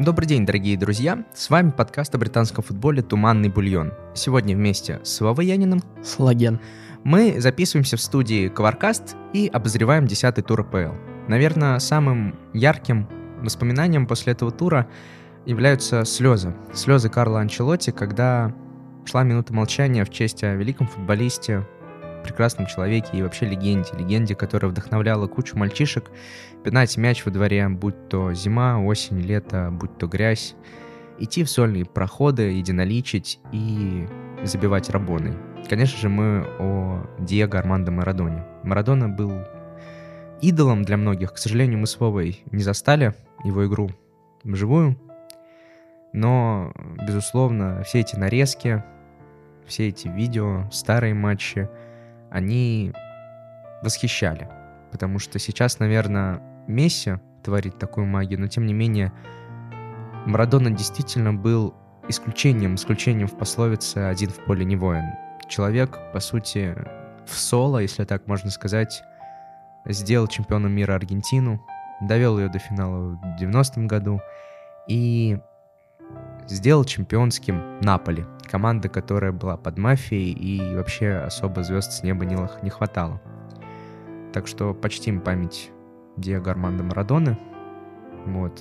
Добрый день, дорогие друзья! С вами подкаст о британском футболе «Туманный бульон». Сегодня вместе с Вовой Яниным, Слаген. мы записываемся в студии Коваркаст и обозреваем 10-й тур АПЛ. Наверное, самым ярким воспоминанием после этого тура являются слезы. Слезы Карла Анчелотти, когда шла минута молчания в честь о великом футболисте, прекрасном человеке и вообще легенде, которая вдохновляла кучу мальчишек пинать мяч во дворе, будь то зима, осень, лето, будь то грязь, идти в сольные проходы, единоличить и забивать рабоной. Конечно же, мы о Диего Армандо Марадоне. Марадона был идолом для многих. К сожалению, мы с Вовой не застали его игру вживую, но, безусловно, все эти нарезки, все эти видео, старые матчи, они восхищали. Потому что сейчас, наверное, Месси творит такую магию, но тем не менее Марадона действительно был исключением в пословице «один в поле не воин». Человек, по сути, в соло, если так можно сказать, сделал чемпионом мира Аргентину, довел ее до финала в 90-м году и сделал чемпионским Наполи, команда, которая была под мафией и вообще особо звезд с неба не хватало. Так что почтим память Диего Армандо Марадоны. Вот.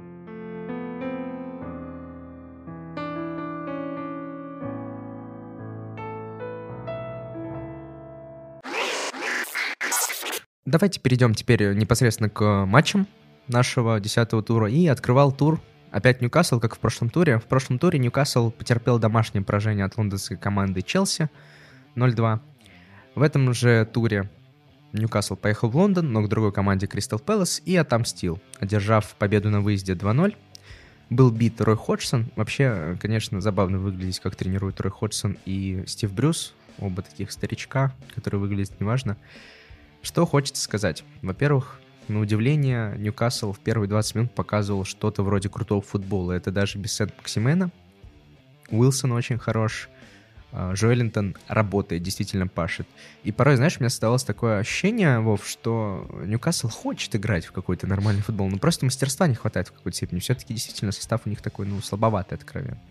Давайте перейдем теперь непосредственно к матчам нашего 10-го тура. И открывал тур опять Ньюкасл, как в прошлом туре. В прошлом туре Ньюкасл потерпел домашнее поражение от лондонской команды Челси 0-2. В этом же туре Ньюкасл поехал в Лондон, но к другой команде Кристал Пэлас и отомстил, одержав победу на выезде 2-0. Был бит Рой Ходжсон. Вообще, конечно, забавно выглядеть, как тренирует Рой Ходжсон и Стив Брюс. Оба таких старичка, которые выглядят неважно. Что хочется сказать? Во-первых, на удивление, Ньюкасл в первые 20 минут показывал что-то вроде крутого футбола. Это даже без Сент-Максимена. Уилсон очень хорош. Жоэлинтон работает, действительно пашет. И порой, знаешь, у меня создавалось такое ощущение, Вов, что Ньюкасл хочет играть в какой-то нормальный футбол, но просто мастерства не хватает в какой-то степени. Все-таки действительно состав у них такой, слабоватый, откровенно.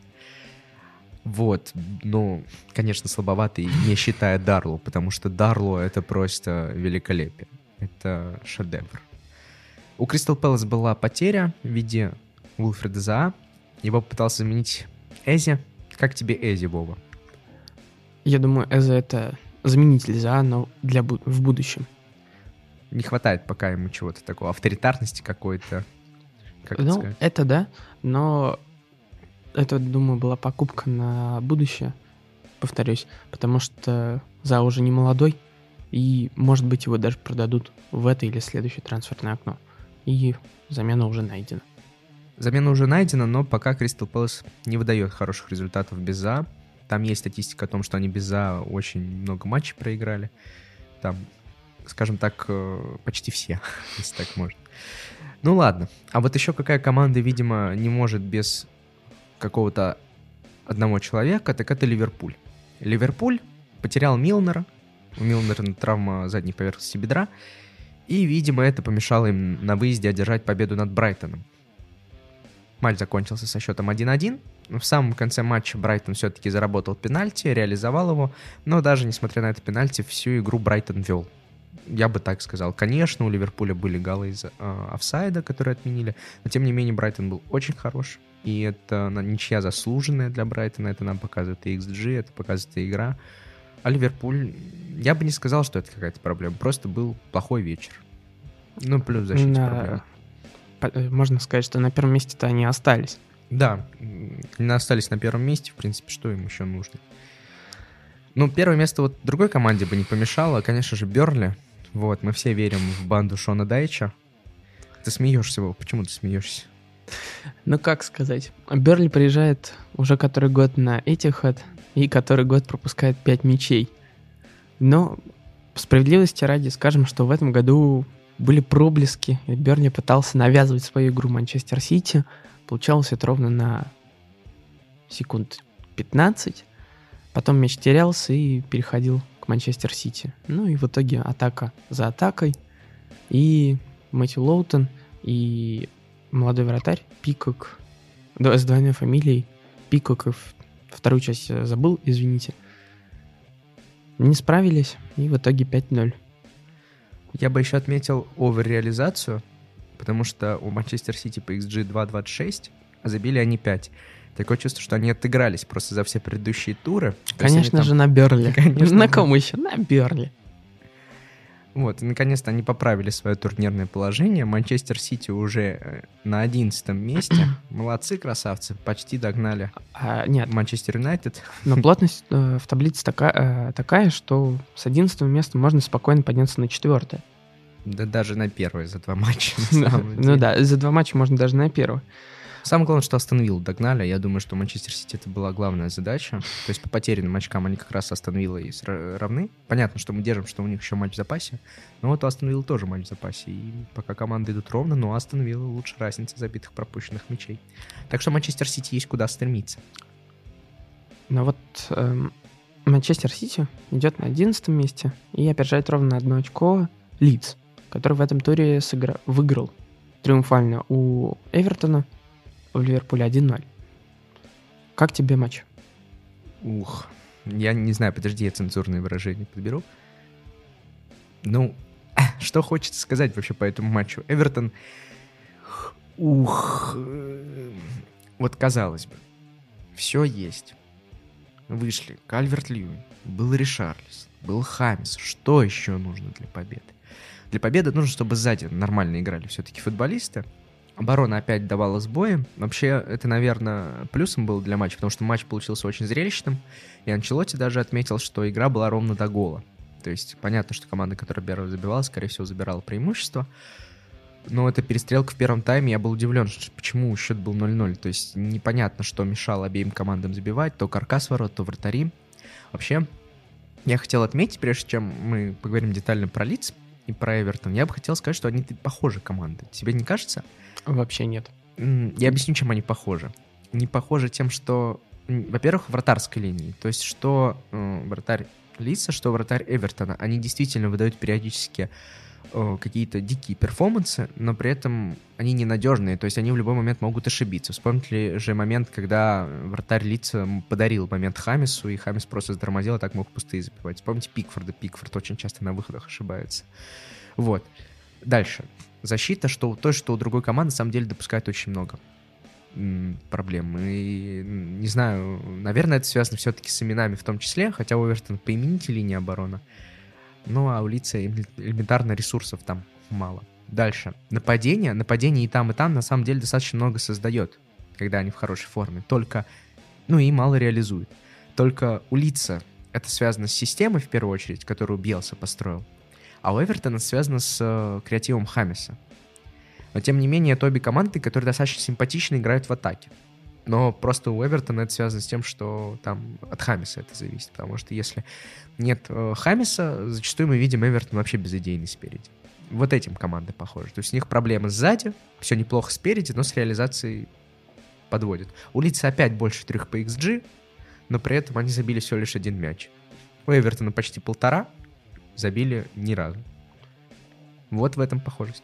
Вот, конечно, слабоватый, не считая Дарлу, потому что Дарлу — это просто великолепие. Это шедевр. У Кристал Пэлас была потеря в виде Уилфреда Заа. Его попытался заменить Эзи. Как тебе Эзи, Вова? Я думаю, Эзе — это заменитель Заа, но в будущем. Не хватает пока ему чего-то такого, авторитарности какой-то. Как это сказать? Это да, но это, думаю, была покупка на будущее, повторюсь, потому что Заа уже не молодой, и, может быть, его даже продадут в это или следующее трансферное окно. И замена уже найдена. Замена уже найдена, но пока Кристал Пэлас не выдает хороших результатов без Заа. Там есть статистика о том, что они без Заа очень много матчей проиграли. Там, скажем так, почти все, если так можно. Ну ладно. А вот еще какая команда, видимо, не может без какого-то одного человека, так это Ливерпуль. Ливерпуль потерял Милнера. У Милнера травма задней поверхности бедра. И, видимо, это помешало им на выезде одержать победу над Брайтоном. Матч закончился со счетом 1-1. В самом конце матча Брайтон все-таки заработал пенальти, реализовал его, но даже несмотря на это пенальти, всю игру Брайтон вел. Я бы так сказал. Конечно, у Ливерпуля были голы из офсайда, которые отменили, но тем не менее Брайтон был очень хорош, и это ничья заслуженная для Брайтона, это нам показывает и XG, это показывает и игра. А Ливерпуль, я бы не сказал, что это какая-то проблема, просто был плохой вечер. Плюс в защите проблемы. Можно сказать, что на первом месте-то они остались. Да, они остались на первом месте, в принципе, что им еще нужно? Первое место вот другой команде бы не помешало, конечно же, Бернли. Вот, мы все верим в банду Шона Дайча. Ты смеешься, Вов, почему ты смеешься? Как сказать, Бернли приезжает уже который год на Этихад и который год пропускает 5 мячей. Но справедливости ради скажем, что в этом году были проблески, и Бернли пытался навязывать свою игру Манчестер Сити. Получалось это ровно на секунд 15. Потом мяч терялся и переходил к Манчестер Сити. И в итоге атака за атакой. И Мэтью Лоутон, и молодой вратарь Пикок с двойной фамилией. Пикок, вторую часть забыл, извините. Не справились, и в итоге 5-0. Я бы еще отметил оверреализацию, потому что у Манчестер Сити по XG 2.26, а забили они 5. Такое чувство, что они отыгрались просто за все предыдущие туры. Конечно же, на Бернли. На ком еще? На Бернли. Вот, и наконец-то они поправили свое турнирное положение. Манчестер Сити уже на 11 месте. Молодцы, красавцы, почти догнали нет. Манчестер Юнайтед. Но плотность в таблице такая, что с 11 места можно спокойно подняться на 4. Да даже на 1 за 2 матча. Ну да, за 2 матча можно даже на 1. Самое главное, что Астон Виллу догнали. Я думаю, что Манчестер Сити это была главная задача. То есть по потерянным очкам они как раз Астон Виллой равны. Понятно, что мы держим, что у них еще матч в запасе. Но вот у Астон Виллы тоже матч в запасе. И пока команды идут ровно, но у Астон Виллы лучше разница забитых пропущенных мячей. Так что Манчестер Сити есть куда стремиться. Но вот Манчестер Сити идет на 11 месте и опережает ровно на 1 очко Лидс, который в этом туре выиграл триумфально у Эвертона в Ливерпуле 1-0. Как тебе матч? Я не знаю, подожди, я цензурные выражения подберу. Ну, что хочется сказать вообще по этому матчу? Эвертон, вот казалось бы, все есть. Вышли Кальверт-Льюин, был Ришарлисон, был Хамис. Что еще нужно для победы? Для победы нужно, чтобы сзади нормально играли все-таки футболисты. Оборона опять давала сбои. Вообще, это, наверное, плюсом было для матча, потому что матч получился очень зрелищным. И Анчелотти даже отметил, что игра была ровно до гола. То есть, понятно, что команда, которая первая забивала, скорее всего, забирала преимущество. Но эта перестрелка в первом тайме, я был удивлен, почему счет был 0-0. То есть, непонятно, что мешало обеим командам забивать. То каркас ворот, то вратари. Вообще, я хотел отметить, прежде чем мы поговорим детально про Лидс и про Эвертон, я бы хотел сказать, что они похожи команды. Тебе не кажется? Вообще нет. Я объясню, чем они похожи. Они похожи тем, что, во-первых, вратарской линии. То есть, что вратарь Лидса, что вратарь Эвертона, они действительно выдают периодически какие-то дикие перформансы, но при этом они ненадежные, то есть они в любой момент могут ошибиться. Вспомните ли же момент, когда вратарь Лидса подарил момент Хамису, и Хамис просто затормозил, а так мог пустые забивать. Вспомните Пикфорда. Пикфорд очень часто на выходах ошибается. Вот. Дальше. Защита, что у другой команды, на самом деле, допускает очень много проблем. И, не знаю, наверное, это связано все-таки с именами в том числе, хотя у Эвертона поимените линии обороны. Ну, а у Лидса элементарно ресурсов там мало. Дальше. Нападение и там, на самом деле достаточно много создает, когда они в хорошей форме. Только, и мало реализует. Только у Лидса это связано с системой, в первую очередь, которую Бьелса построил. А у Эвертона связано с креативом Хамиса. Но, тем не менее, это обе команды, которые достаточно симпатично играют в атаке. Но просто у Эвертона это связано с тем, что там от Хамиса это зависит. Потому что если нет Хамиса, зачастую мы видим Эвертон вообще безыдейный спереди. Вот этим команды похожи. То есть у них проблемы сзади, все неплохо спереди, но с реализацией подводят. У Лидса опять больше 3 по XG, но при этом они забили всего лишь 1 мяч. У Эвертона почти 1,5, забили ни разу. Вот в этом похожесть.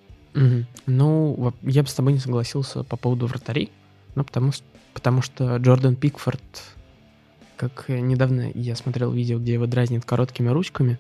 Ну, я бы с тобой не согласился по поводу вратарей. Ну, потому что Джордан Пикфорд, как недавно я смотрел видео, где его дразнят короткими ручками,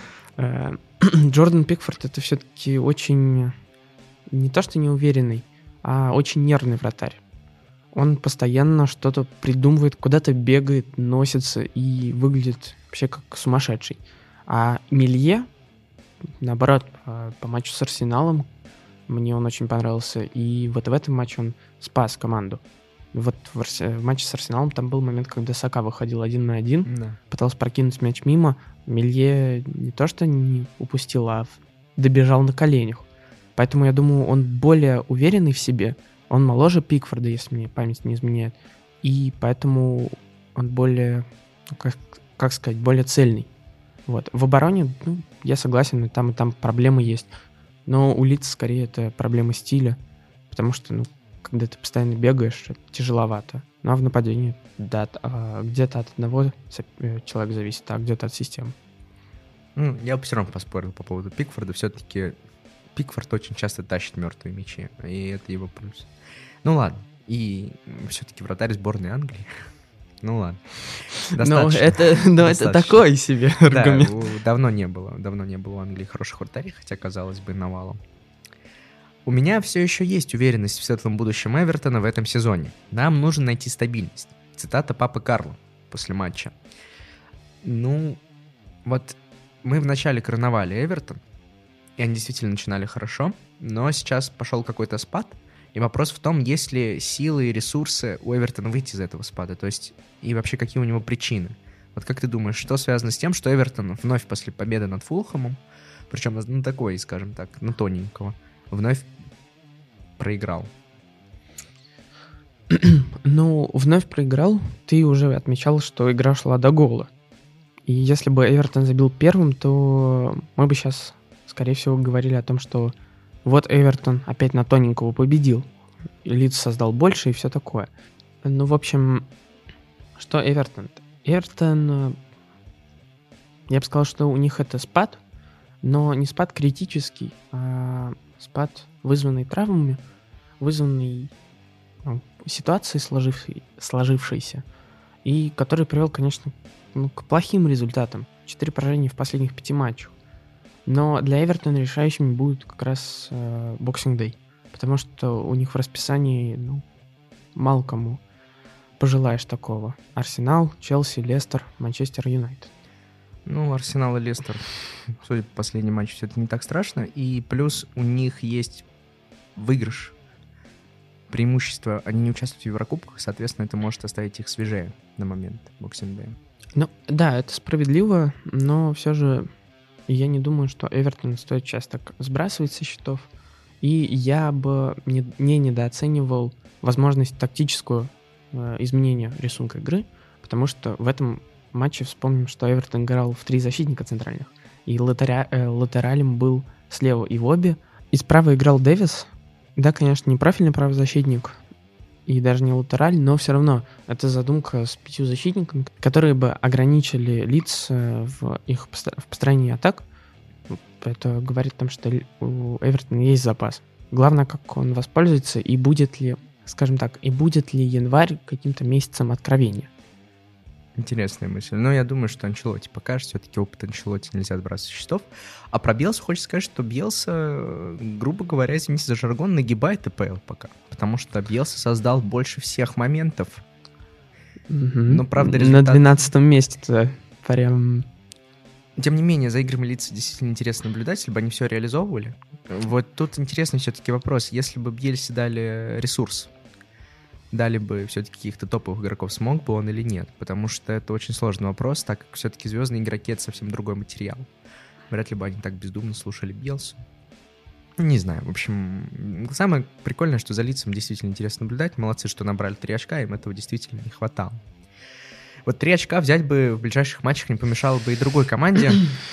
Джордан Пикфорд — это все-таки очень, не то что неуверенный, а очень нервный вратарь. Он постоянно что-то придумывает, куда-то бегает, носится и выглядит вообще как сумасшедший. А Мелье, наоборот, по матчу с Арсеналом, мне он очень понравился. И вот в этом матче он спас команду. Вот в матче с Арсеналом там был момент, когда Сака выходил 1 на 1, пытался прокинуть мяч мимо. Мелье не то что не упустил, а добежал на коленях. Поэтому я думаю, он более уверенный в себе. Он моложе Пикфорда, если мне память не изменяет. И поэтому он более, как сказать, более цельный. Вот. В обороне, я согласен, и там проблемы есть. Но у Лидса скорее это проблема стиля, потому что, когда ты постоянно бегаешь, это тяжеловато. Ну, а в нападении, да, где-то от одного человека зависит, а где-то от системы. Я бы все равно поспорил по поводу Пикфорда. Все-таки Пикфорд очень часто тащит мертвые мячи, и это его плюс. Ну ладно, И все-таки вратарь сборной Англии. Ну ладно. Но это такой себе аргумент. Да, давно не было у Англии хороших вратарей, хотя, казалось бы, навалом. У меня все еще есть уверенность в светлом будущем Эвертона в этом сезоне. Нам нужно найти стабильность. Цитата папы Карла после матча. Ну, вот мы вначале короновали Эвертон, и они действительно начинали хорошо, но сейчас пошел какой-то спад, и вопрос в том, есть ли силы и ресурсы у Эвертона выйти из этого спада, то есть, и вообще какие у него причины. Вот как ты думаешь, что связано с тем, что Эвертон вновь после победы над Фулхэмом, причем на такой, скажем так, на тоненького, вновь проиграл? Ну, вновь проиграл. Ты уже отмечал, что игра шла до гола. И если бы Эвертон забил первым, то мы бы сейчас, скорее всего, говорили о том, что вот Эвертон опять на тоненького победил. И Лидс создал больше и все такое. Ну, в общем, что Эвертон? Эвертон, я бы сказал, что у них это спад, но не спад критический, а спад, вызванный травмами, вызванный ситуацией сложившейся, и который привел, конечно, к плохим результатам. 4 поражения в последних 5 матчах. Но для Эвертона решающими будет как раз Boxing Day, потому что у них в расписании мало кому пожелаешь такого. Арсенал, Челси, Лестер, Манчестер Юнайтед. Ну, Арсенал и Лестер, судя по последнему матчу, все это не так страшно. И плюс у них есть выигрыш, преимущество. Они не участвуют в Еврокубках, соответственно, это может оставить их свежее на момент Boxing Day. Ну, да, это справедливо, но все же я не думаю, что Эвертон стоит сейчас так сбрасывать со счетов. И я бы не недооценивал возможность тактического изменения рисунка игры, потому что в этом матче вспомним, что Эвертон играл в 3 защитника центральных, и латералем был слева и в обе. И справа играл Дэвис. Да, конечно, не профильный правозащитник, и даже не латераль, но все равно это задумка с 5 защитниками, которые бы ограничили Лидс в их построении атак. Это говорит о том, что у Эвертона есть запас. Главное, как он воспользуется, и будет ли, скажем так, январь каким-то месяцем откровения. Интересная мысль. Но я думаю, что Анчелотти покажет. Все-таки опыт Анчелотти нельзя отбрасывать со счетов. А про Биелса хочется сказать, что Биелса, грубо говоря, извините за жаргон, нагибает ИПЛ пока. Потому что Биелса создал больше всех моментов. Но, правда, результат... На 12-м месте-то прям... Тем не менее, за играми Лидса действительно интересно наблюдать, если бы они все реализовывали. Вот тут интересный все-таки вопрос. Если бы Бьельсе дали ресурс, дали бы все-таки каких-то топовых игроков, смог бы он или нет? Потому что это очень сложный вопрос, так как все-таки звездные игроки — это совсем другой материал. Вряд ли бы они так бездумно слушали Биелсу. Не знаю, в общем, самое прикольное, что за Лидсом действительно интересно наблюдать. Молодцы, что набрали 3 очка, им этого действительно не хватало. Вот 3 очка взять бы в ближайших матчах не помешало бы и другой команде,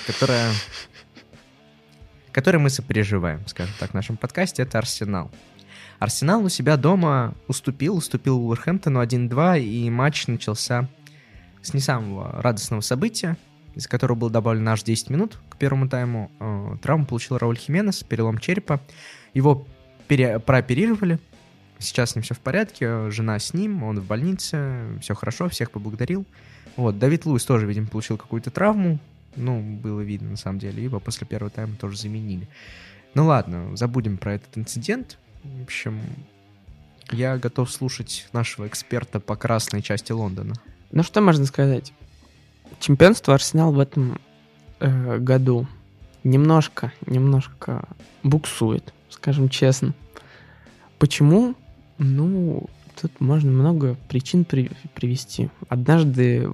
которой мы сопереживаем, скажем так, в нашем подкасте, это Арсенал. Арсенал у себя дома уступил Вулверхэмптону 1-2, и матч начался с не самого радостного события, из которого было добавлено аж 10 минут к первому тайму. Травму получил Рауль Хименес, перелом черепа. Его прооперировали. Сейчас с ним все в порядке, жена с ним, он в больнице, все хорошо, всех поблагодарил. Вот, Давид Луис тоже, видимо, получил какую-то травму. Ну, было видно, на самом деле. Его после первого тайма тоже заменили. Ну ладно, забудем про этот инцидент. В общем, я готов слушать нашего эксперта по красной части Лондона. Ну, что можно сказать? Чемпионство Арсенал в этом году немножко буксует, скажем честно. Почему? Ну, тут можно много причин привести. Однажды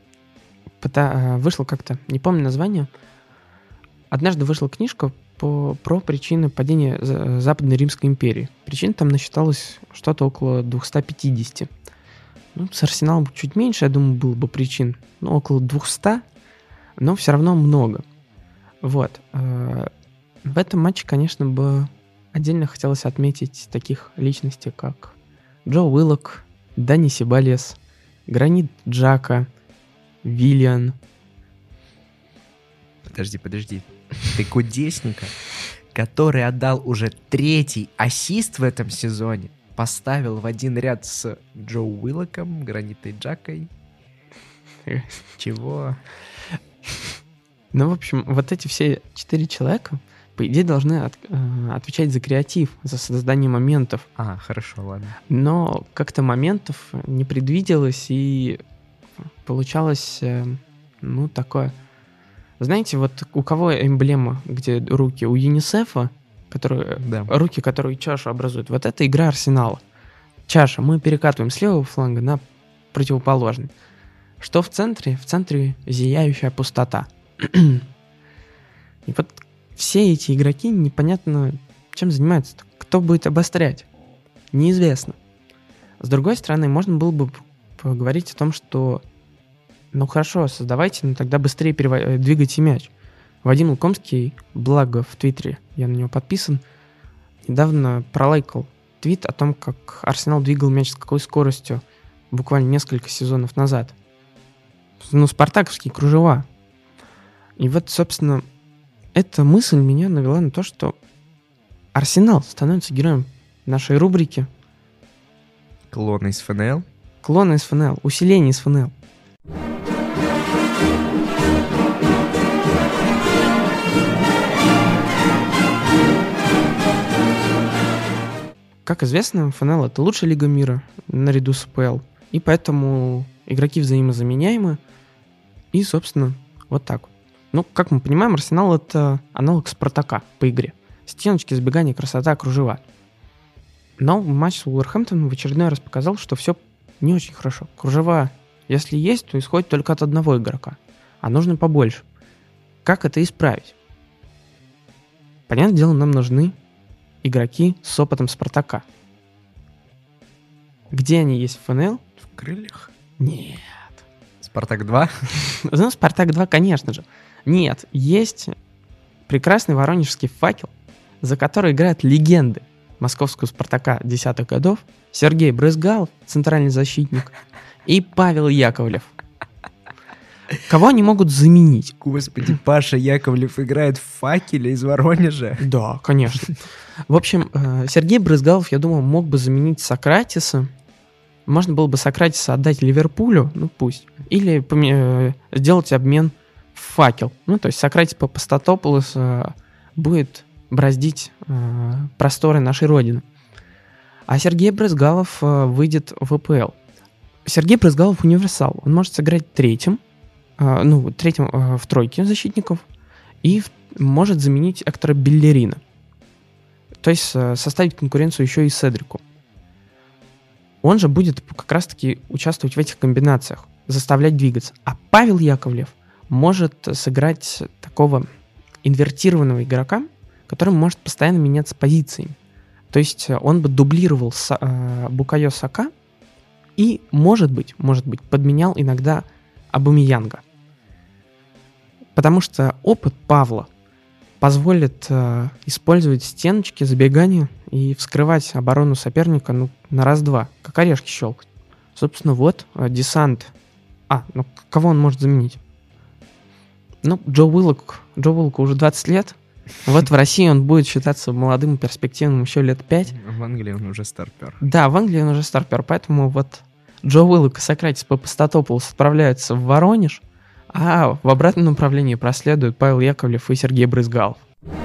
вышла как-то, не помню название, однажды вышла книжка про причины падения Западной Римской империи. Причин там насчиталось что-то около 250. Ну, с Арсеналом чуть меньше, я думаю, было бы причин. Ну, около 200, но все равно много. Вот. В этом матче, конечно, бы отдельно хотелось отметить таких личностей, как Джо Уиллок, Дани Сибалес, Гранит Джака, Виллиан. Подожди. Ты Кудесника, который отдал уже 3-й ассист в этом сезоне, поставил в один ряд с Джо Уиллоком, Гранитой Джакой. Чего? Ну, в общем, вот эти все 4 человека, по идее, должны отвечать за креатив, за создание моментов. Хорошо, ладно. Но как-то моментов не предвиделось, и получалось, такое... Знаете, вот у кого эмблема, где руки? У ЮНИСЕФа, руки, которые чашу образуют. Вот это игра Арсенала. Чаша. Мы перекатываем с левого фланга на противоположный. Что в центре? В центре зияющая пустота. И вот все эти игроки непонятно чем занимаются. Кто будет обострять? Неизвестно. С другой стороны, можно было бы поговорить о том, что хорошо, создавайте, но тогда быстрее двигайте мяч. Вадим Лукомский, благо в Твиттере, я на него подписан, недавно пролайкал твит о том, как Арсенал двигал мяч с какой скоростью буквально несколько сезонов назад. Спартаковские кружева. И вот, собственно, эта мысль меня навела на то, что Арсенал становится героем нашей рубрики Клоны из ФНЛ. Клоны из ФНЛ, усиление из ФНЛ. Как известно, ФНЛ — это лучшая лига мира наряду с АПЛ, и поэтому игроки взаимозаменяемы, и, собственно, вот так. Как мы понимаем, Арсенал — это аналог Спартака по игре. Стеночки, сбегания, красота, кружева. Но матч с Вулверхэмптоном в очередной раз показал, что все не очень хорошо. Кружева, если есть, то исходит только от одного игрока, а нужно побольше. Как это исправить? Понятное дело, нам нужны игроки с опытом Спартака. Где они есть в ФНЛ? В крыльях? Нет. Спартак 2? Спартак 2, конечно же. Нет, есть прекрасный воронежский «Факел», за который играют легенды московского «Спартака» 10-х годов, Сергей Брызгалов, центральный защитник, и Павел Яковлев. Кого они могут заменить? Господи, Паша Яковлев играет в «Факеле» из Воронежа. Да, конечно. В общем, Сергей Брызгалов, я думаю, мог бы заменить Сократиса. Можно было бы Сократиса отдать Ливерпулю, пусть. Или сделать обмен в «Факел». То есть Сократис Папастатопoulos будет бороздить просторы нашей Родины. А Сергей Брызгалов выйдет в АПЛ. Сергей Брызгалов универсал. Он может сыграть третьим в тройке защитников и может заменить Эктора Беллерина. То есть составить конкуренцию еще и Седрику. Он же будет как раз-таки участвовать в этих комбинациях, заставлять двигаться. А Павел Яковлев может сыграть такого инвертированного игрока, который может постоянно меняться позициями. То есть он бы дублировал Букайо Сака и, может быть, подменял иногда Абамеянга. Потому что опыт Павла позволит использовать стеночки, забегания и вскрывать оборону соперника на раз-два, как орешки щелкать. Собственно, вот десант. Кого он может заменить? Джо Уиллоку уже 20 лет. Вот в России он будет считаться молодым и перспективным еще лет 5. В Англии он уже старпер. Да, в Англии он уже старпер, поэтому вот Джо Уиллок и Сократис Папастатопoulos отправляются в Воронеж, а в обратном направлении проследуют Павел Яковлев и Сергей Брызгалов.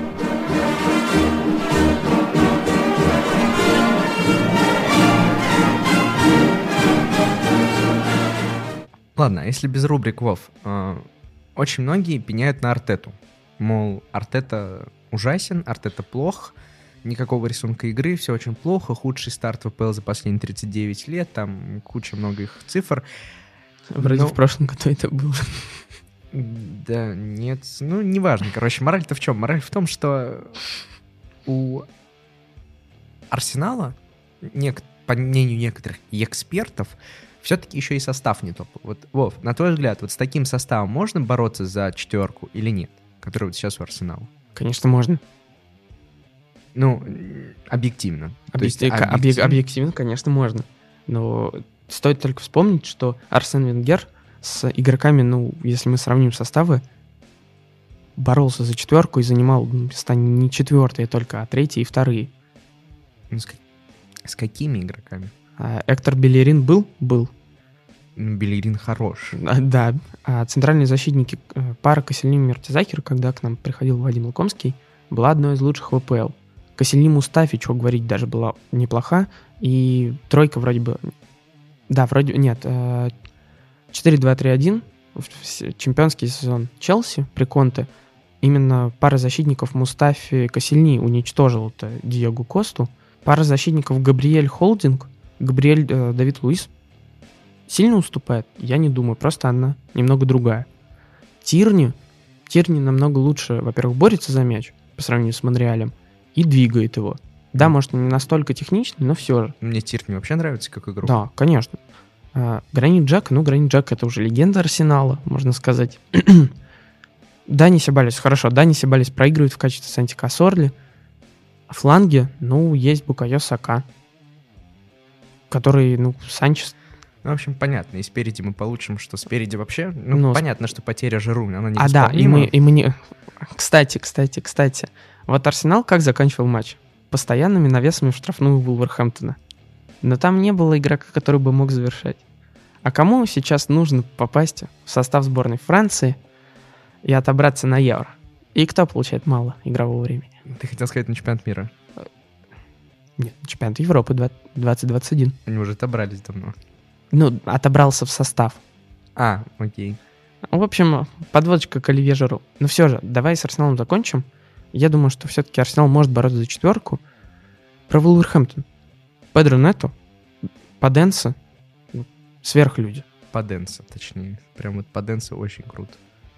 Ладно, если без рубрик, Вов, очень многие пеняют на Артету. Мол, Артета ужасен, Артета плох, никакого рисунка игры, все очень плохо, худший старт в АПЛ за последние 39 лет, там куча много их цифр. Вроде в прошлом году это было. Да, нет, неважно. Короче, мораль-то в чем? Мораль в том, что у Арсенала, по мнению некоторых экспертов, все-таки еще и состав не топовый. Вот, Вов, на твой взгляд, вот с таким составом можно бороться за четверку или нет, который вот сейчас у Арсенала? Конечно, можно. Объективно. Объективно, конечно, можно. Но стоит только вспомнить, что Арсен Венгер с игроками, если мы сравним составы, боролся за четверку и занимал места не четвертые только, а третьи и вторые. С какими игроками? Эктор Белерин был? Был. Белерин хорош. Да. А центральные защитники пара Косельним-Мертизакер, когда к нам приходил Вадим Лукомский, была одной из лучших в АПЛ. Косельним-Мустафи, чего говорить, даже была неплоха. И тройка вроде бы... Да, вроде... Нет. 4-2-3-1. Чемпионский сезон Челси при Конте. Именно пара защитников Мустафи Косельни уничтожил Диего Косту. Пара защитников Габриэль Холдинг, Габриэль Давид Луис сильно уступает? Я не думаю, просто она немного другая. Тирни намного лучше, во-первых, борется за мяч по сравнению с Монреалем и двигает его. Да, может, не настолько техничный, но все же. Мне Тирни вообще нравится как игрок. Да, конечно. Гранит Джак, это уже легенда Арсенала, можно сказать. Дани Себалес, хорошо, Дани Себалес проигрывает в качестве Санти Касорли. В фланге, есть Букайо Сака, который, Санчес. В общем, понятно, и спереди мы получим, что спереди вообще, понятно, что потеря Жиру, она не да, и мы не... Кстати, вот Арсенал как заканчивал матч? Постоянными навесами в штрафную Вулверхэмптона. Но там не было игрока, который бы мог завершать. А кому сейчас нужно попасть в состав сборной Франции и отобраться на Евро? И кто получает мало игрового времени? Ты хотел сказать на чемпионат мира? Нет, чемпионат Европы 2021. Они уже отобрались давно. Отобрался в состав. Окей. В общем, подводочка к Оливье Жиру. Но все же, давай с Арсеналом закончим. Я думаю, что все-таки Арсенал может бороться за четверку. Про Вулверхэмптон. Педро Нето, Паденса, сверхлюди. Паденса, точнее. Прям вот Паденса очень круто.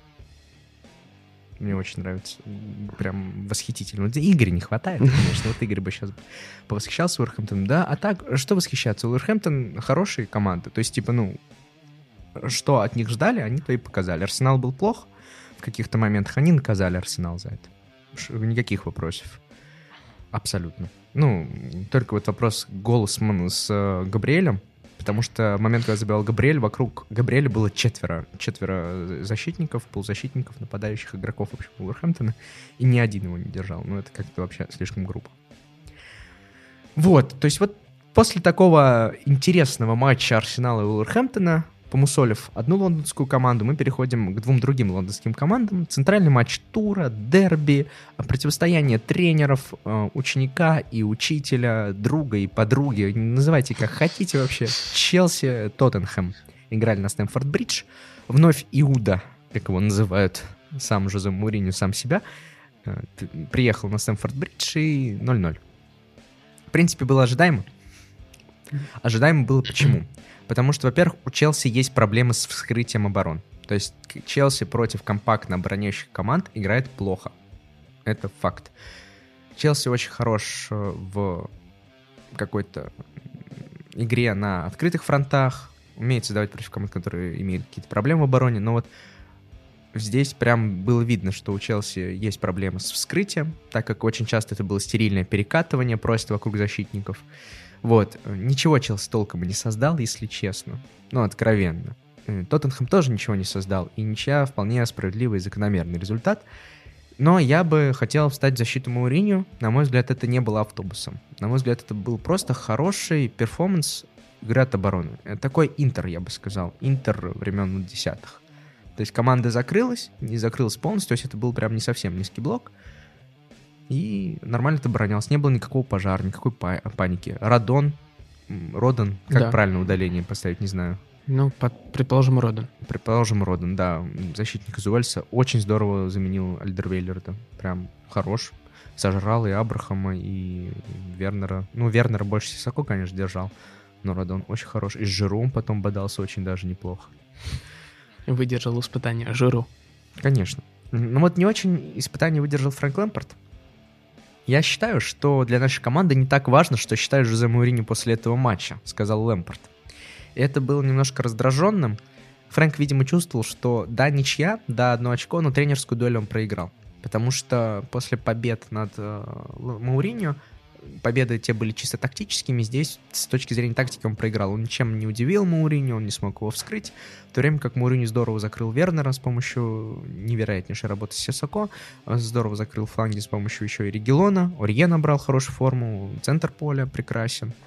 Мне очень нравится. Прям восхитительно. Игоря не хватает, конечно. Вот Игорь бы сейчас повосхищался Вулверхэмптоном. Да, а так, что восхищаться? Вулверхэмптон хорошие команды. То есть, что от них ждали, они то и показали. Арсенал был плох в каких-то моментах. Они наказали Арсенал за это. Никаких вопросов. Абсолютно. Только вот вопрос Голосмана с Габриэлем, потому что в момент, когда забивал Габриэль, вокруг Габриэля было четверо защитников, полузащитников, нападающих игроков вообще Вулверхэмптона, и ни один его не держал. Это как-то вообще слишком грубо. То есть после такого интересного матча Арсенала и Вулверхэмптона, помусолив одну лондонскую команду, мы переходим к двум другим лондонским командам. Центральный матч тура, дерби, противостояние тренеров, ученика и учителя, друга и подруги. Называйте как хотите вообще. Челси, Тоттенхэм играли на Стэмфорд-Бридж. Вновь Иуда, как его называют сам Жозе Моуриньо, сам себя, приехал на Стэмфорд-Бридж и 0-0. В принципе, было ожидаемо. Ожидаемо было почему? Потому что, во-первых, у Челси есть проблемы с вскрытием оборон. То есть Челси против компактно обороняющих команд играет плохо. Это факт. Челси очень хорош в какой-то игре на открытых фронтах, умеет создавать против команд, которые имеют какие-то проблемы в обороне, но здесь прям было видно, что у Челси есть проблемы с вскрытием, так как очень часто это было стерильное перекатывание просто вокруг защитников. Ничего Челси толком и не создал, если честно. Откровенно. Тоттенхэм тоже ничего не создал, и ничья вполне справедливый и закономерный результат. Но я бы хотел встать в защиту Моуриньо. На мой взгляд, это не было автобусом. На мой взгляд, это был просто хороший перформанс игры от обороны. Такой Интер, я бы сказал. Интер времен 10-х. То есть команда закрылась, не закрылась полностью, то есть это был прям не совсем низкий блок. И нормально это оборонялся. Не было никакого пожара, никакой паники. Родан, как правильно удаление поставить, не знаю. Предположим, Родан. Предположим, Родан, да. Защитник из Уэльса очень здорово заменил Альдервейлерда. Прям хорош. Сожрал и Абрахама, и Вернера. Вернера больше Сисако, конечно, держал. Но Родан очень хорош. И с Жиру потом бодался очень даже неплохо. Выдержал испытание Жиру. Конечно. Не очень испытание выдержал Фрэнк Лэмпард. «Я считаю, что для нашей команды не так важно, что считает Жозе Моуриньо после этого матча», — сказал Лэмпард. И это было немножко раздраженным. Фрэнк, видимо, чувствовал, что ничья, 1 очко, но тренерскую дуэль он проиграл. Потому что после побед над Моуриньо, победы те были чисто тактическими, здесь с точки зрения тактики он проиграл. Он ничем не удивил Моуриньо, он не смог его вскрыть. В то время как Моуриньо здорово закрыл Вернера с помощью невероятнейшей работы с Сисако, здорово закрыл фланги с помощью еще и Регилона. Орье набрал хорошую форму, центр поля прекрасен.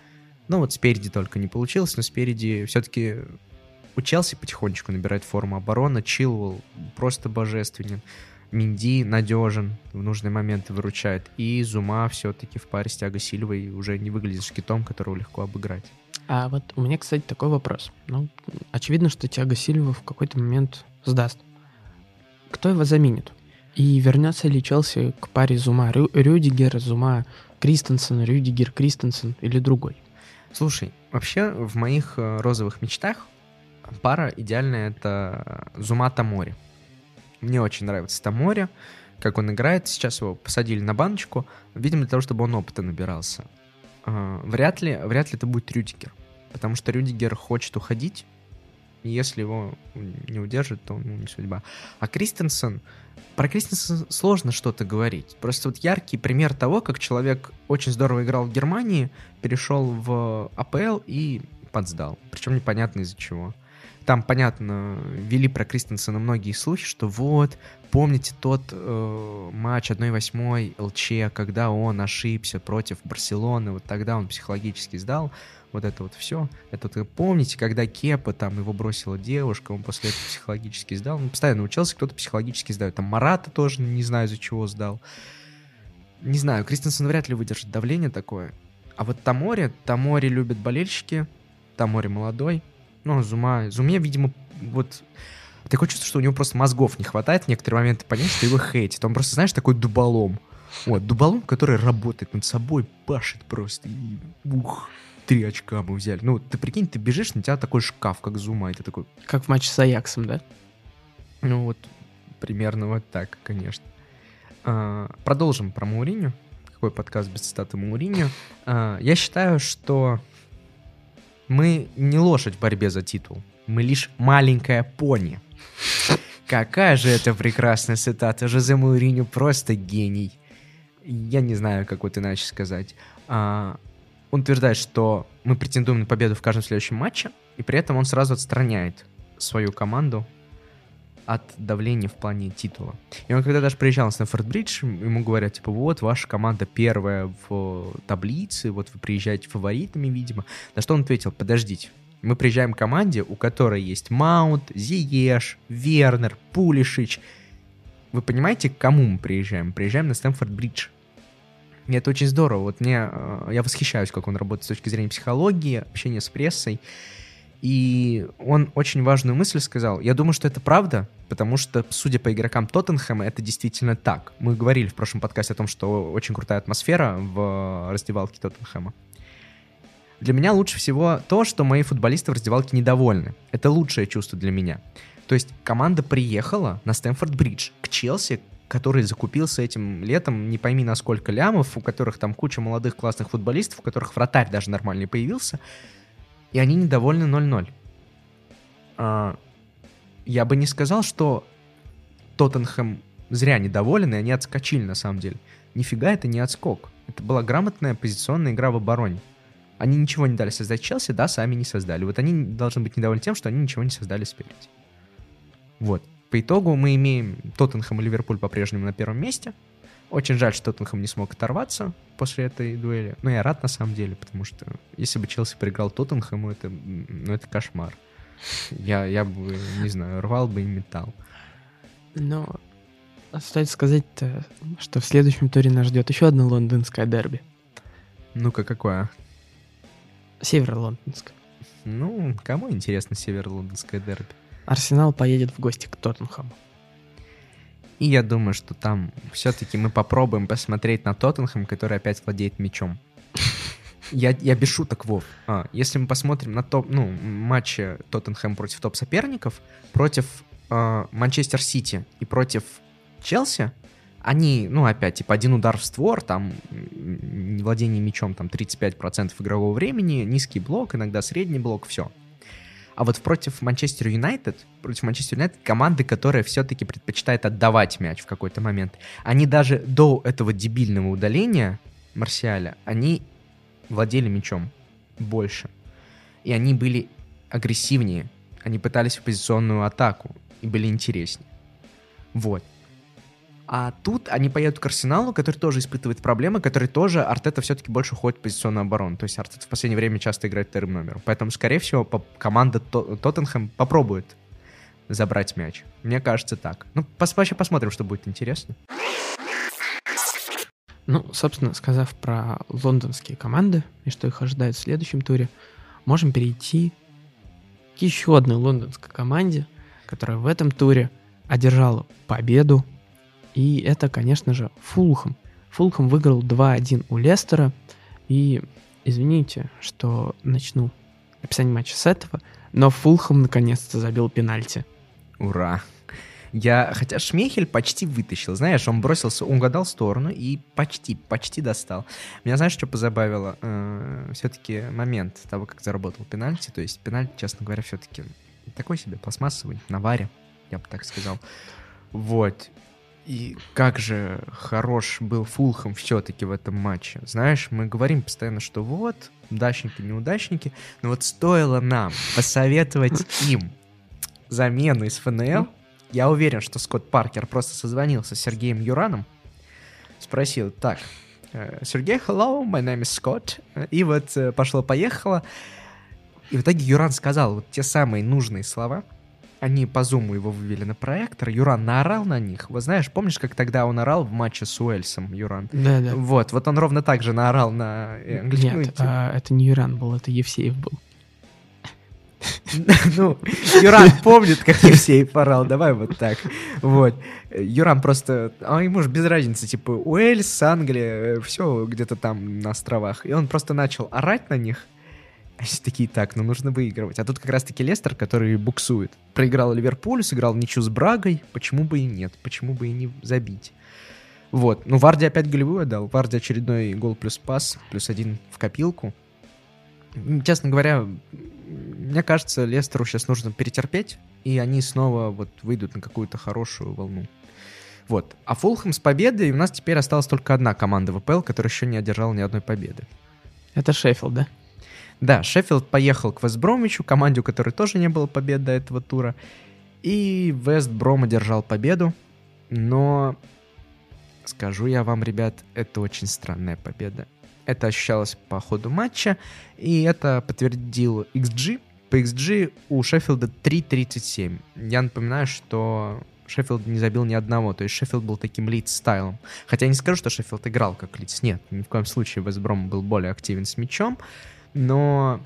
Ну вот спереди только не получилось, но спереди все-таки у Челси потихонечку набирает форму обороны. Чилвелл просто божественен. Минди надежен, в нужные моменты выручает. И Зума все-таки в паре с Тиаго Сильвой уже не выглядит шкитом, которого легко обыграть. А вот у меня, кстати, такой вопрос. Ну, очевидно, что Тиаго Сильва в какой-то момент сдаст. Кто его заменит? И вернется ли Челси к паре Зума? Рюдигер, Зума, Кристенсен, Рюдигер, Кристенсен или другой? Слушай, вообще в моих розовых мечтах пара идеальная — это Зума Томори. Мне очень нравится Томори, как он играет. Сейчас его посадили на баночку, видимо, для того, чтобы он опыта набирался. Вряд ли это будет Рюдигер, потому что Рюдигер хочет уходить, и если его не удержит, то не судьба. А Кристенсен... Про Кристенсена сложно что-то говорить. Просто вот яркий пример того, как человек очень здорово играл в Германии, перешел в АПЛ и подсдал. Причем непонятно из-за чего. Там, понятно, вели про Кристенсена многие слухи, что вот, помните тот матч 1/8 ЛЧ, когда он ошибся против Барселоны, вот тогда он психологически сдал. Вот это вот все. Это вот, помните, когда Кепа, там его бросила девушка, он после этого психологически сдал. Он постоянно учился, кто-то психологически сдает. Там Марата тоже, не знаю, из-за чего сдал. Не знаю, Кристенсен вряд ли выдержит давление такое. А вот Томори любят болельщики. Томори молодой. Ну, Зуме, видимо, вот... Такое чувство, что у него просто мозгов не хватает в некоторые моменты понять, что его хейтит. Он просто, знаешь, такой дуболом. Вот, дуболом, который работает над собой, пашет просто. И 3 очка мы взяли. Ну, ты прикинь, ты бежишь, на тебя такой шкаф, как Зума, и ты такой... Как в матче с Аяксом, да? Ну, вот, примерно вот так, конечно. Продолжим про Мауриньо. Какой подкаст без цитаты Мауриньо. Я считаю, что мы не лошадь в борьбе за титул. Мы лишь маленькая пони. Какая же это прекрасная цитата. Жозе Мауриньо просто гений. Я не знаю, как вот иначе сказать. Он утверждает, что мы претендуем на победу в каждом следующем матче, и при этом он сразу отстраняет свою команду от давления в плане титула. И он когда даже приезжал на Стэмфорд-Бридж, ему говорят, типа, вот, ваша команда первая в таблице, вот вы приезжаете фаворитами, видимо. На что он ответил, подождите, мы приезжаем к команде, у которой есть Маунт, Зиеш, Вернер, Пулишич. Вы понимаете, к кому мы приезжаем? Приезжаем на Стэмфорд-Бридж. И это очень здорово. Вот я восхищаюсь, как он работает с точки зрения психологии, общения с прессой. И он очень важную мысль сказал. Я думаю, что это правда, потому что, судя по игрокам Тоттенхэма, это действительно так. Мы говорили в прошлом подкасте о том, что очень крутая атмосфера в раздевалке Тоттенхэма. Для меня лучше всего то, что мои футболисты в раздевалке недовольны. Это лучшее чувство для меня. То есть команда приехала на Стэмфорд-Бридж к Челси, который закупился этим летом не пойми на сколько лямов, у которых там куча молодых классных футболистов, у которых вратарь даже нормальный появился, и они недовольны 0-0. Я бы не сказал, что Тоттенхэм зря недоволен, и они отскочили на самом деле. Нифига это не отскок. Это была грамотная позиционная игра в обороне. Они ничего не дали создать Челси, да, сами не создали. Вот они должны быть недовольны тем, что они ничего не создали спереди. Вот. По итогу мы имеем Тоттенхэм и Ливерпуль по-прежнему на первом месте. Очень жаль, что Тоттенхэм не смог оторваться после этой дуэли. Но я рад на самом деле, потому что если бы Челси проиграл Тоттенхэму, это кошмар. Я бы, не знаю, рвал бы и металл. Но стоит сказать-то, что в следующем туре нас ждет еще одно лондонское дерби. Ну-ка, какое? Северо-лондонское. Ну, кому интересно северо-лондонское дерби? Арсенал поедет в гости к Тоттенхэму. И я думаю, что там все-таки мы попробуем посмотреть на Тоттенхэм, который опять владеет мячом. Я без шуток, Вов. Если мы посмотрим на матчи Тоттенхэм против топ-соперников, против Манчестер Сити и против Челси, они, опять, типа, один удар в створ, там, владение мячом, там, 35% игрового времени, низкий блок, иногда средний блок, все. А вот против Манчестер Юнайтед команды, которая все-таки предпочитает отдавать мяч в какой-то момент, они даже до этого дебильного удаления Марсиаля, они владели мячом больше. И они были агрессивнее, они пытались в позиционную атаку и были интереснее. Вот. А тут они поедут к Арсеналу, который тоже испытывает проблемы, который тоже, Артета все-таки больше уходит в позиционную оборону. То есть Артета в последнее время часто играет вторым номером. Поэтому, скорее всего, команда Тоттенхэм попробует забрать мяч. Мне кажется, так. Ну, вообще посмотрим, что будет интересно. Ну, собственно, сказав про лондонские команды и что их ожидает в следующем туре, можем перейти к еще одной лондонской команде, которая в этом туре одержала победу. И это, конечно же, Фулхэм. Фулхэм выиграл 2-1 у Лестера. И извините, что начну описание матча с этого, но Фулхэм наконец-то забил пенальти. Ура! Хотя Шмейхель почти вытащил, знаешь, он бросился, он угадал сторону и почти достал. Меня, знаешь, что позабавило? Все-таки момент того, как заработал пенальти. То есть пенальти, честно говоря, все-таки такой себе пластмассовый, на варе, я бы так сказал. Вот. И как же хорош был Фулхэм все-таки в этом матче. Знаешь, мы говорим постоянно, что вот, удачники, но вот стоило нам посоветовать им замену из ФНЛ, я уверен, что Скотт Паркер просто созвонился с Сергеем Юраном, спросил, так, Сергей, hello, my name is Scott, и вот пошло-поехало, и в итоге Юран сказал вот те самые нужные слова, они по зуму его вывели на проектор, Юран наорал на них, вот знаешь, помнишь, как тогда он орал в матче с Уэльсом, Юран? Да. Вот он ровно так же наорал на англичан. Нет, это не Юран был, это Евсеев был. Ну, Юран помнит, как Евсеев орал, давай вот так. Вот. Юран просто... ему же без разницы, типа, Уэльс, Англия, все где-то там на островах. И он просто начал орать на них. А все такие, так, нужно выигрывать. А тут как раз-таки Лестер, который буксует. Проиграл Ливерпулю, сыграл ничью с Брагой. Почему бы и нет? Почему бы и не забить? Вот. Варди опять голевую отдал. Варди очередной гол плюс пас, плюс 1 в копилку. Честно говоря, мне кажется, Лестеру сейчас нужно перетерпеть, и они снова вот выйдут на какую-то хорошую волну. Вот. А Фулхэм с победой, у нас теперь осталась только одна команда в АПЛ, которая еще не одержала ни одной победы. Это Шеффилд, да? Да, Шеффилд поехал к Вест-Бромвичу, команде, у которой тоже не было побед до этого тура. И Вест-Бром одержал победу, но скажу я вам, ребят, это очень странная победа. Это ощущалось по ходу матча, и это подтвердил XG. По XG у Шеффилда 3.37. Я напоминаю, что Шеффилд не забил ни одного, то есть Шеффилд был таким Лидс-стайлом. Хотя я не скажу, что Шеффилд играл как Лидс, нет, ни в коем случае Вест-Бром был более активен с мячом, но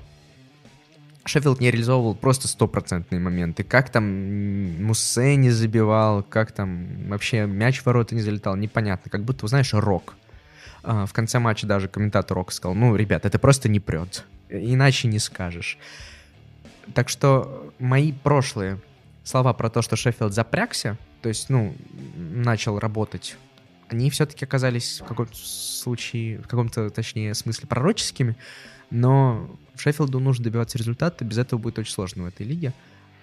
Шеффилд не реализовывал просто стопроцентные моменты. Как там Муссе не забивал, как там вообще мяч в ворота не залетал, непонятно. Как будто, знаешь, рок. В конце матча даже комментатор Рок сказал, ребят, это просто не прет. Иначе не скажешь. Так что мои прошлые слова про то, что Шеффилд запрягся, то есть, начал работать, они все-таки оказались в каком-то случае, в каком-то, точнее, смысле пророческими, но Шеффилду нужно добиваться результата, без этого будет очень сложно в этой лиге.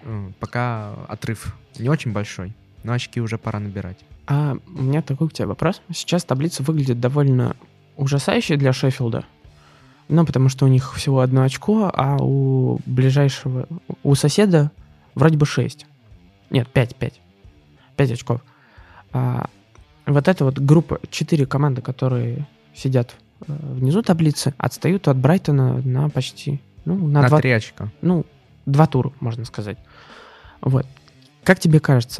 Пока отрыв не очень большой, но очки уже пора набирать. А у меня такой к тебе вопрос. Сейчас таблица выглядит довольно ужасающей для Шеффилда. Потому что у них всего 1 очко, а у соседа вроде бы 6. Нет, 5 очков. Вот эта вот группа, 4 команды, которые сидят внизу таблицы, отстают от Брайтона на почти... на 3 очка. 2 тура, можно сказать. Вот. Как тебе кажется,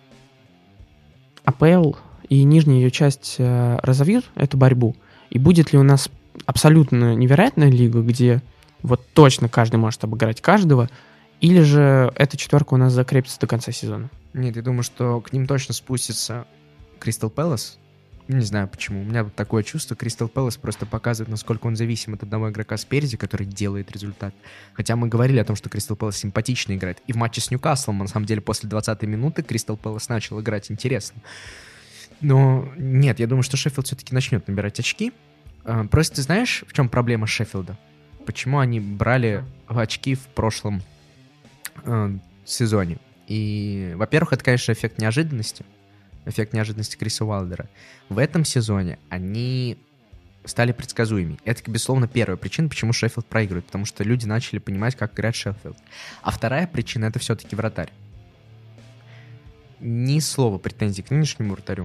АПЛ и нижняя ее часть разовьют эту борьбу? И будет ли у нас абсолютно невероятная лига, где вот точно каждый может обыграть каждого, или же эта четверка у нас закрепится до конца сезона? Нет, я думаю, что к ним точно спустится Кристал Пэлас. Не знаю почему. У меня такое чувство. Кристал Пэлас просто показывает, насколько он зависим от одного игрока спереди, который делает результат. Хотя мы говорили о том, что Кристал Пэлас симпатично играет. И в матче с Ньюкаслом, на самом деле, после 20-й минуты Кристал Пэлас начал играть интересно. Но нет, я думаю, что Шеффилд все-таки начнет набирать очки. Просто ты знаешь, в чем проблема Шеффилда? Почему они брали очки в прошлом сезоне? И, во-первых, это, конечно, эффект неожиданности Криса Уайлдера. В этом сезоне они стали предсказуемыми. Это, безусловно, первая причина, почему Шеффилд проигрывает, потому что люди начали понимать, как играть Шеффилд. А вторая причина — это все-таки вратарь. Ни слова претензий к нынешнему вратарю.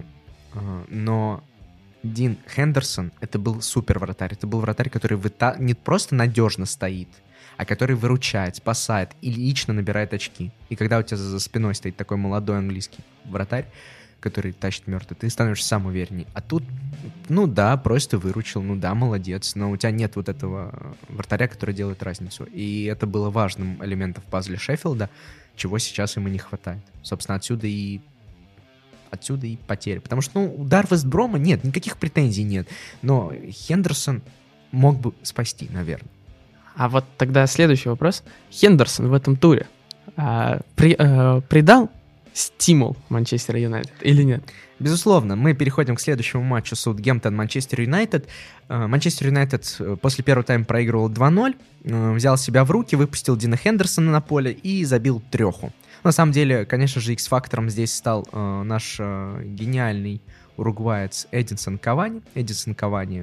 но Дин Хендерсон — это был супер вратарь. Это был вратарь, который не просто надежно стоит, а который выручает, спасает и лично набирает очки. И когда у тебя за спиной стоит такой молодой английский вратарь, который тащит мертвый, ты становишься сам уверенней. А тут, просто выручил, молодец, но у тебя нет вот этого вратаря, который делает разницу. И это было важным элементом в пазле Шеффилда, чего сейчас ему не хватает. Собственно, отсюда и потери. Потому что, удар Вестброма нет, никаких претензий нет. Но Хендерсон мог бы спасти, наверное. А вот тогда следующий вопрос. Хендерсон в этом туре придал стимул Манчестер Юнайтед или нет? Безусловно, мы переходим к следующему матчу Саутгемптон-Манчестер Юнайтед. Манчестер Юнайтед после первого тайма проигрывал 2-0, взял себя в руки, выпустил Дина Хендерсона на поле и забил 3. На самом деле, конечно же, X-фактором здесь стал наш гениальный уругваец Эдинсон Кавани. Эдинсон Кавани...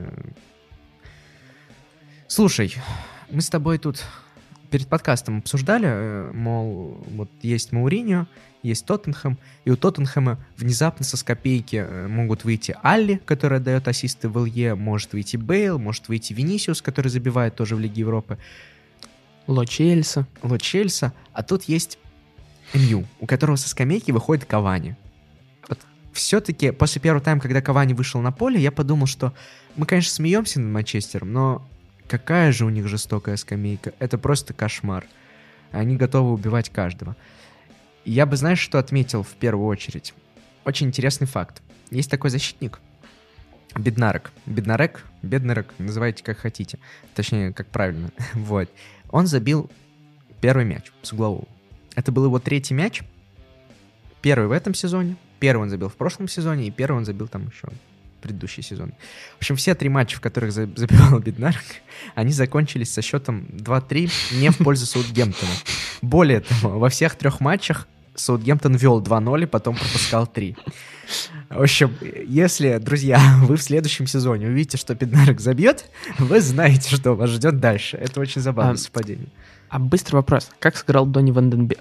Слушай, мы с тобой тут перед подкастом обсуждали, мол, вот есть Мауриньо, есть Тоттенхэм, и у Тоттенхэма внезапно со скамейки могут выйти Алли, который отдает ассисты в ЛЕ, может выйти Бейл, может выйти Винисиус, который забивает тоже в Лиге Европы. Ло Чельса, а тут есть Мью, у которого со скамейки выходит Кавани. Вот все-таки после первого тайма, когда Кавани вышел на поле, я подумал, что мы, конечно, смеемся над Манчестером, но какая же у них жестокая скамейка. Это просто кошмар. Они готовы убивать каждого. Я бы, знаешь, что отметил в первую очередь? Очень интересный факт. Есть такой защитник, Беднарек, называйте как хотите. Точнее, как правильно. Вот. Он забил первый мяч с углового. Это был его 3-й мяч. Первый в этом сезоне. Первый он забил в прошлом сезоне. И первый он забил там еще предыдущий сезон. В общем, все 3 матча, в которых забивал Беднарек, они закончились со счетом 2-3 не в пользу Саутгемптона. Более того, во всех 3 матчах Саутгемптон вел 2-0 и потом пропускал 3. В общем, если, друзья, вы в следующем сезоне увидите, что Беднарек забьет, вы знаете, что вас ждет дальше. Это очень забавное совпадение. А быстрый вопрос. Как сыграл Донни Ванденбек?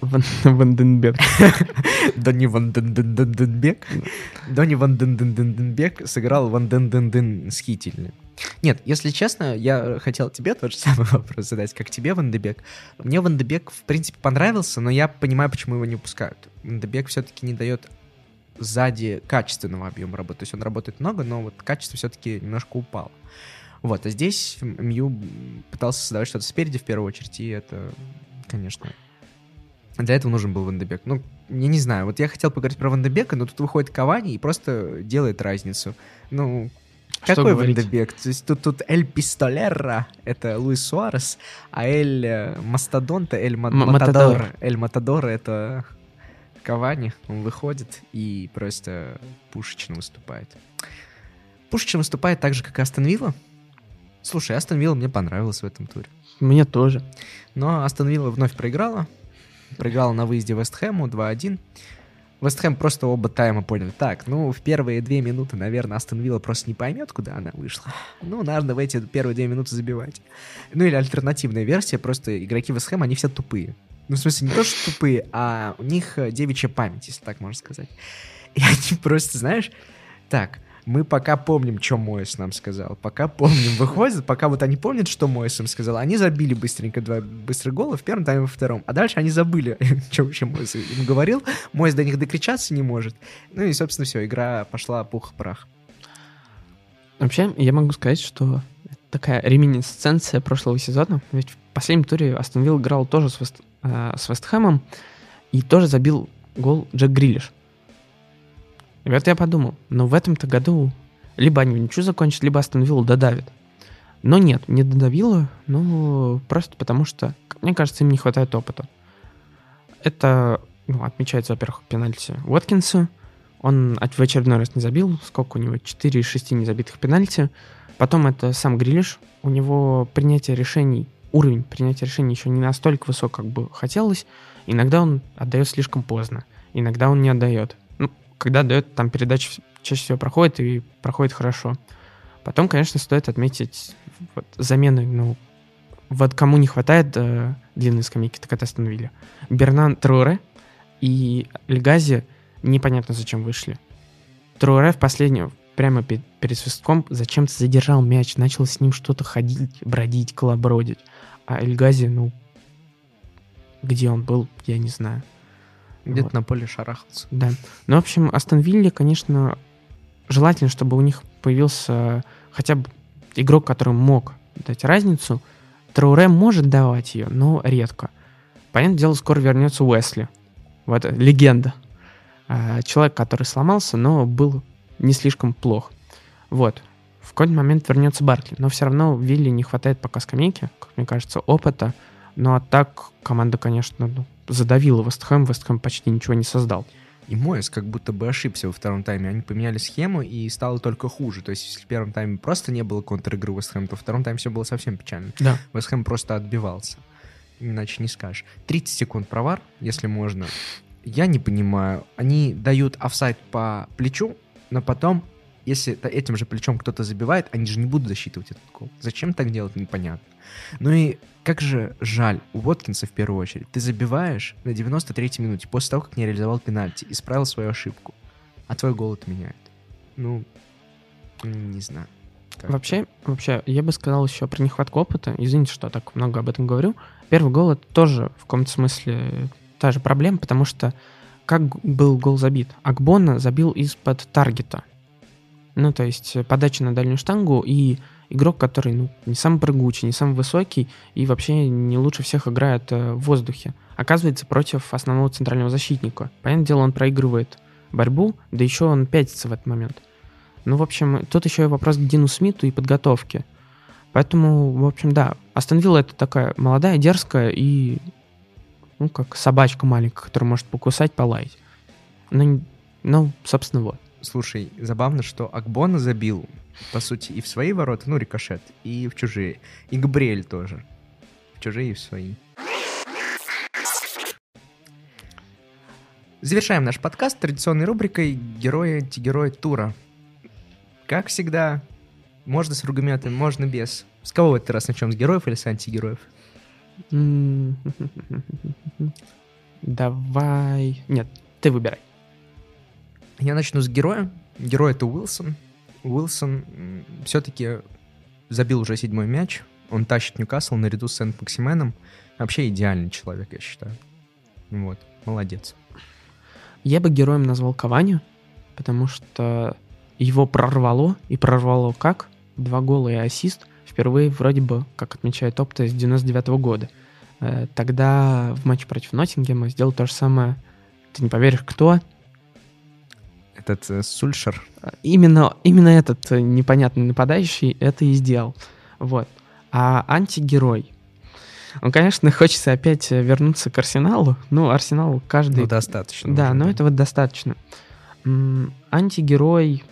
Донни Ванденбек сыграл ванденденденсхительно. Нет, если честно, я хотел тебе тот же самый вопрос задать, как тебе Вандебек. Мне Вандебек, в принципе, понравился, но я понимаю, почему его не пускают. Вандебек все-таки не дает сзади качественного объема работы. То есть он работает много, но вот качество все-таки немножко упало. Вот, а здесь Мью пытался создавать что-то спереди в первую очередь, и это, конечно... Для этого нужен был Вандебек. Я не знаю, вот я хотел поговорить про Вандебека, но тут выходит Кавани и просто делает разницу. Какой Вандебек? То есть тут Эль Пистолера — это Луис Суарес, а Эль Мастодонта, Эль Матадор — это Кавани. Он выходит и просто пушечно выступает. Пушечно выступает так же, как и Астон Вилла. Слушай, Астон Вилла мне понравилась в этом туре. Мне тоже. Но Астон Вилла вновь проиграла. Проиграла на выезде Вест Хэму 2-1. Вест Хэм просто оба тайма понял. Так, в первые 2 минуты, наверное, Астон Вилла просто не поймет, куда она вышла. Надо в эти первые 2 минуты забивать. Или альтернативная версия, просто игроки Вест Хэма, они все тупые. В смысле, не то, что тупые, а у них девичья память, если так можно сказать. И они просто, знаешь, так... Мы пока помним, что Моэс нам сказал. Пока помним, выходит, пока вот они помнят, что Моэс им сказал. Они забили быстренько 2 быстрых гола в первом тайме и во втором. А дальше они забыли, что вообще Моэс им говорил. Моэс до них докричаться не может. И, собственно, все, игра пошла пух-прах. Вообще, я могу сказать, что это такая реминисценция прошлого сезона. Ведь в последнем туре Астон Вилла играл тоже с Вест Хэмом и тоже забил гол Джек Грилиш. И вот я подумал, в этом-то году либо они ничего закончат, либо Астон Вилла додавит. Но нет, не додавило, просто потому что, мне кажется, им не хватает опыта. Это отмечается, во-первых, пенальти Уоткинсу. Он в очередной раз не забил. Сколько у него? 4 из 6 незабитых пенальти. Потом это сам Грилиш. У него уровень принятия решений еще не настолько высок, как бы хотелось. Иногда он отдает слишком поздно. Иногда он не отдает. Когда отдает, там передача чаще всего проходит, и проходит хорошо. Потом, конечно, стоит отметить замены. Вот кому не хватает длинной скамейки, так это Астон Вилла. Бернан Труоре и Эль Гази непонятно зачем вышли. Трауре в последнем, прямо перед свистком, зачем-то задержал мяч, начал с ним что-то ходить, бродить, колобродить. А Эль-Гази, где он был, я не знаю. Где-то Вот. на поле шарахался. Да. Ну, в общем, Астон Вилле, конечно, желательно, чтобы у них появился хотя бы игрок, который мог дать разницу. Трауре может давать ее, но редко. Понятное дело, скоро вернется Уэсли. Вот легенда. Человек, который сломался, но был не слишком плох. Вот. В какой-то момент вернется Баркли. Но все равно Вилле не хватает пока скамейки, как мне кажется, опыта. Ну а так команда, конечно, задавила Вест Хэм. Вест Хэм почти ничего не создал. И Моэс как будто бы ошибся во втором тайме. Они поменяли схему, и стало только хуже. То есть, если в первом тайме просто не было контр-игры Вест Хэм, то во втором тайме все было совсем печально. Да. Вест Хэм просто отбивался. Иначе не скажешь. 30 секунд провар, если можно. Я не понимаю. Они дают офсайд по плечу, но потом, если этим же плечом кто-то забивает, они же не будут засчитывать этот гол. Зачем так делать, непонятно. Ну и как же жаль у Уоткинса в первую очередь. Ты забиваешь на 93-й минуте после того, как не реализовал пенальти, исправил свою ошибку, а твой гол отменяет. Не знаю. Вообще, я бы сказал еще про нехватку опыта. Извините, что так много об этом говорю. Первый гол — это тоже в каком-то смысле та же проблема, потому что как был гол забит? Акбона забил из-под таргета. То есть подача на дальнюю штангу, и игрок, который не самый прыгучий, не самый высокий, и вообще не лучше всех играет в воздухе, оказывается против основного центрального защитника. Понятное дело, он проигрывает борьбу, да еще он пятится в этот момент. В общем, тут еще и вопрос к Дину Смиту и подготовке. Поэтому, в общем, да, Астон Вилла — это такая молодая, дерзкая и, как собачка маленькая, которая может покусать, полаять. Собственно, вот. Слушай, забавно, что Акбона забил, по сути, и в свои ворота, рикошет, и в чужие. И Габриэль тоже. В чужие и в свои. Завершаем наш подкаст традиционной рубрикой «Герои и антигерои тура». Как всегда, можно с ругометами, можно без. С кого в этот раз начнем, с героев или с антигероев? Давай... Нет, ты выбирай. Я начну с героя. Герой — это Уилсон. Уилсон все-таки забил уже 7-й мяч. Он тащит Ньюкасл наряду с Сент-Максименом. Вообще идеальный человек, я считаю. Вот, молодец. Я бы героем назвал Кавани, потому что его прорвало, и прорвало как? 2 гола и ассист. Впервые вроде бы, как отмечает Опта, с 99-го года. Тогда в матче против Ноттингема сделал то же самое. Ты не поверишь, кто? Этот Сульшер. Именно этот непонятный нападающий это и сделал. Вот. А антигерой. Конечно, хочется опять вернуться к Арсеналу. Арсенал каждый... достаточно. Да, уже, этого достаточно. Антигерой...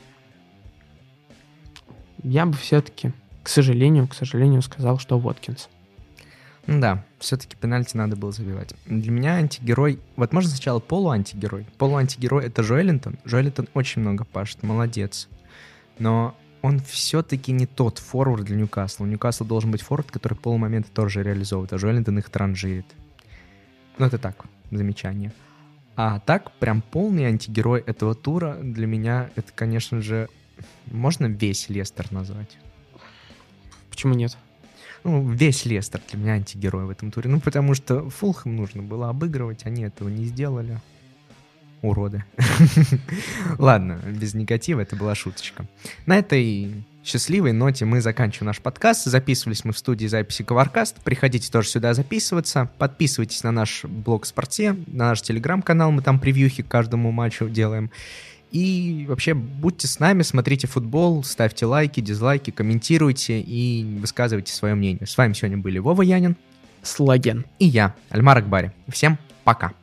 Я бы все-таки, к сожалению, сказал, что Уоткинс. Да, все-таки пенальти надо было забивать. Для меня антигерой... Вот можно сначала полуантигерой. Полуантигерой — это Жоэлинтон. Жоэлинтон очень много пашет, молодец. Но он все-таки не тот форвард для Ньюкасла. У Ньюкасла должен быть форвард, который полумоменты тоже реализовывает, а Жоэлинтон их транжирит. Это так, замечание. А так, прям полный антигерой этого тура для меня, это, конечно же, можно весь Лестер назвать. Почему нет? Весь Лестер для меня антигерой в этом туре. Потому что Фулхэм нужно было обыгрывать, они этого не сделали. Уроды. Ладно, без негатива, это была шуточка. На этой счастливой ноте мы заканчиваем наш подкаст. Записывались мы в студии записи Covercast. Приходите тоже сюда записываться. Подписывайтесь на наш блог в Спорте, на наш телеграм-канал. Мы там превьюхи к каждому матчу делаем. И вообще будьте с нами, смотрите футбол, ставьте лайки, дизлайки, комментируйте и высказывайте свое мнение. С вами сегодня были Вова Янин, Слаген и я, Альмар Акбари. Всем пока!